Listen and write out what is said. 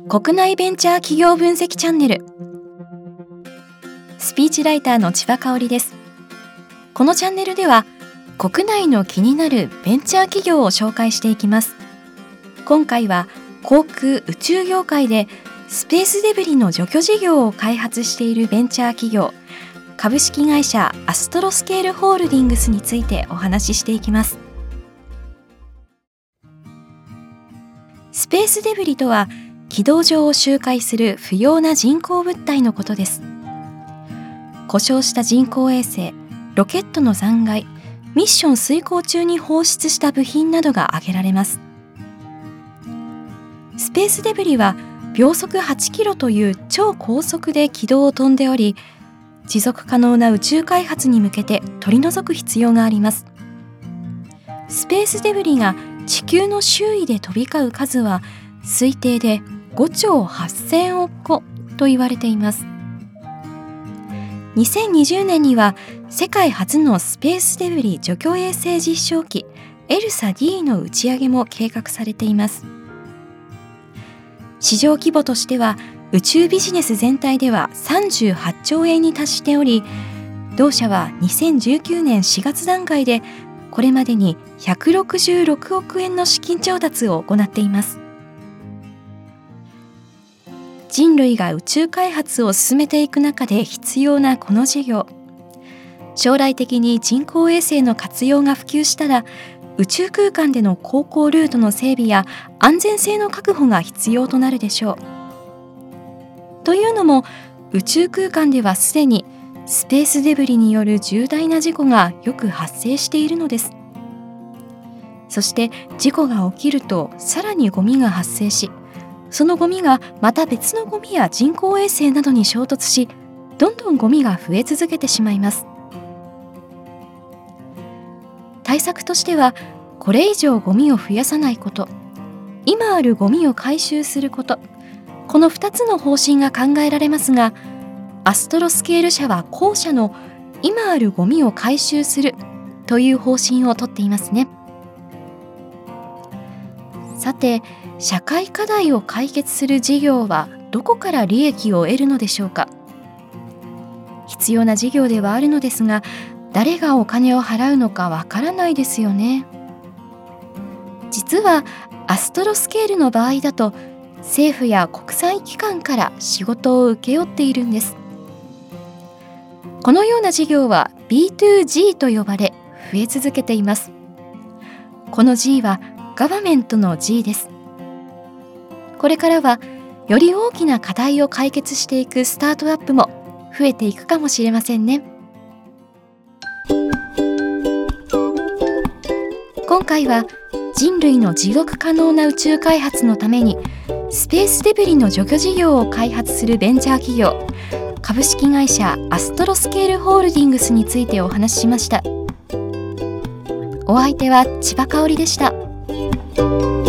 国内ベンチャー企業分析チャンネル。スピーチライターの千葉香織です。このチャンネルでは国内の気になるベンチャー企業を紹介していきます。今回は航空宇宙業界でスペースデブリの除去事業を開発しているベンチャー企業、株式会社アストロスケールホールディングスについてお話ししていきます。スペースデブリとは軌道上を周回する不要な人工物体のことです。故障した人工衛星、ロケットの残骸、ミッション遂行中に放出した部品などが挙げられます。スペースデブリは秒速8キロという超高速で軌道を飛んでおり、持続可能な宇宙開発に向けて取り除く必要があります。スペースデブリが地球の周囲で飛び交う数は推定で5兆8000億個と言われています。2020年には世界初のスペースデブリ除去衛星実証機エルサ D の打ち上げも計画されています。市場規模としては宇宙ビジネス全体では38兆円に達しており、同社は2019年4月段階でこれまでに166億円の資金調達を行っています。人類が宇宙開発を進めていく中で必要なこの事業、将来的に人工衛星の活用が普及したら宇宙空間での航行ルートの整備や安全性の確保が必要となるでしょう。というのも宇宙空間ではすでにスペースデブリによる重大な事故がよく発生しているのです。そして事故が起きるとさらにゴミが発生し、そのゴミがまた別のゴミや人工衛星などに衝突し、どんどんゴミが増え続けてしまいます。対策としては、これ以上ゴミを増やさないこと、今あるゴミを回収すること、この2つの方針が考えられますが、アストロスケール社は後者の今あるゴミを回収するという方針をとっていますね。さて、社会課題を解決する事業はどこから利益を得るのでしょうか。必要な事業ではあるのですが、誰がお金を払うのかわからないですよね。実はアストロスケールの場合だと、政府や国際機関から仕事を請け負っているんです。このような事業は B2G と呼ばれ増え続けています。この G はガバメントの G です。これからはより大きな課題を解決していくスタートアップも増えていくかもしれませんね。今回は人類の持続可能な宇宙開発のためにスペースデブリの除去事業を開発するベンチャー企業、株式会社アストロスケールホールディングスについてお話ししました。お相手は千葉香織でした。